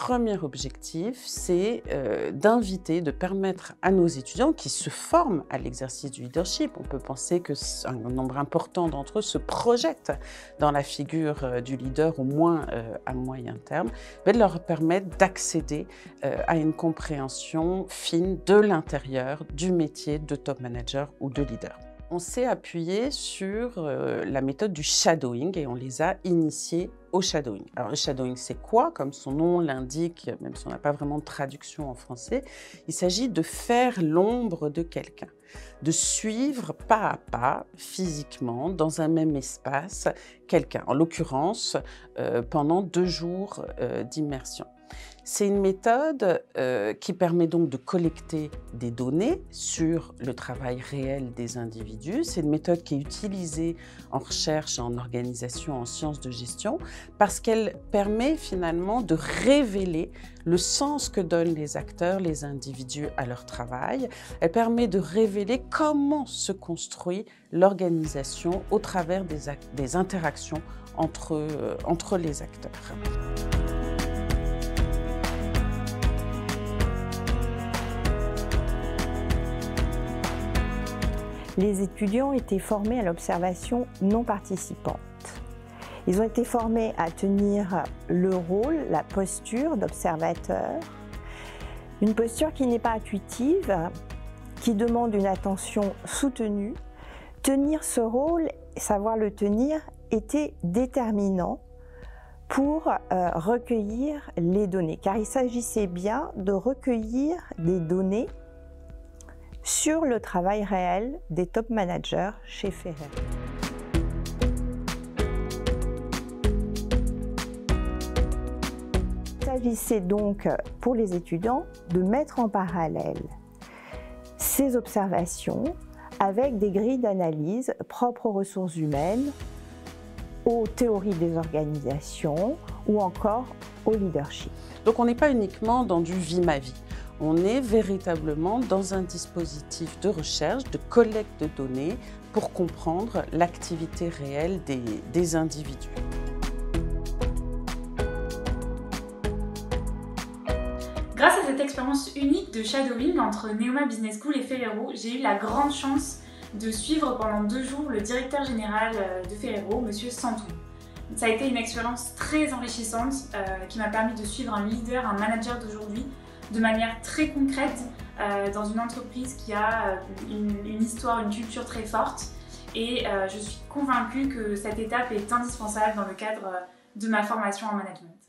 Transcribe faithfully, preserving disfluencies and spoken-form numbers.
premier objectif, c'est euh, d'inviter, de permettre à nos étudiants qui se forment à l'exercice du leadership, on peut penser qu'un nombre important d'entre eux se projettent dans la figure euh, du leader, au moins euh, à moyen terme, mais de leur permettre d'accéder euh, à une compréhension fine de l'intérieur du métier de top manager ou de leader. On s'est appuyé sur euh, la méthode du shadowing et on les a initiés au shadowing. Alors le shadowing, c'est quoi? Comme son nom l'indique, même si on n'a pas vraiment de traduction en français, il s'agit de faire l'ombre de quelqu'un, de suivre pas à pas, physiquement, dans un même espace, quelqu'un, en l'occurrence, euh, pendant deux jours euh, d'immersion. C'est une méthode euh, qui permet donc de collecter des données sur le travail réel des individus. C'est une méthode qui est utilisée en recherche, en organisation, en sciences de gestion, parce qu'elle permet finalement de révéler le sens que donnent les acteurs, les individus à leur travail. Elle permet de révéler comment se construit l'organisation au travers des, des interactions entre, euh, entre les acteurs. Les étudiants étaient formés à l'observation non participante. Ils ont été formés à tenir le rôle, la posture d'observateur, une posture qui n'est pas intuitive, qui demande une attention soutenue. Tenir ce rôle, savoir le tenir, était déterminant pour euh, recueillir les données, car il s'agissait bien de recueillir des données sur le travail réel des top managers chez Ferrer. Il s'agissait donc pour les étudiants de mettre en parallèle ces observations avec des grilles d'analyse propres aux ressources humaines, aux théories des organisations ou encore au leadership. Donc on n'est pas uniquement dans du vie ma vie. On est véritablement dans un dispositif de recherche, de collecte de données pour comprendre l'activité réelle des, des individus. Grâce à cette expérience unique de shadowing entre Neoma Business School et Ferrero, j'ai eu la grande chance de suivre pendant deux jours le directeur général de Ferrero, Monsieur Santon. Ça a été une expérience très enrichissante euh, qui m'a permis de suivre un leader, un manager d'aujourd'hui, de manière très concrète euh, dans une entreprise qui a une, une histoire, une culture très forte. Et euh, je suis convaincue que cette étape est indispensable dans le cadre de ma formation en management.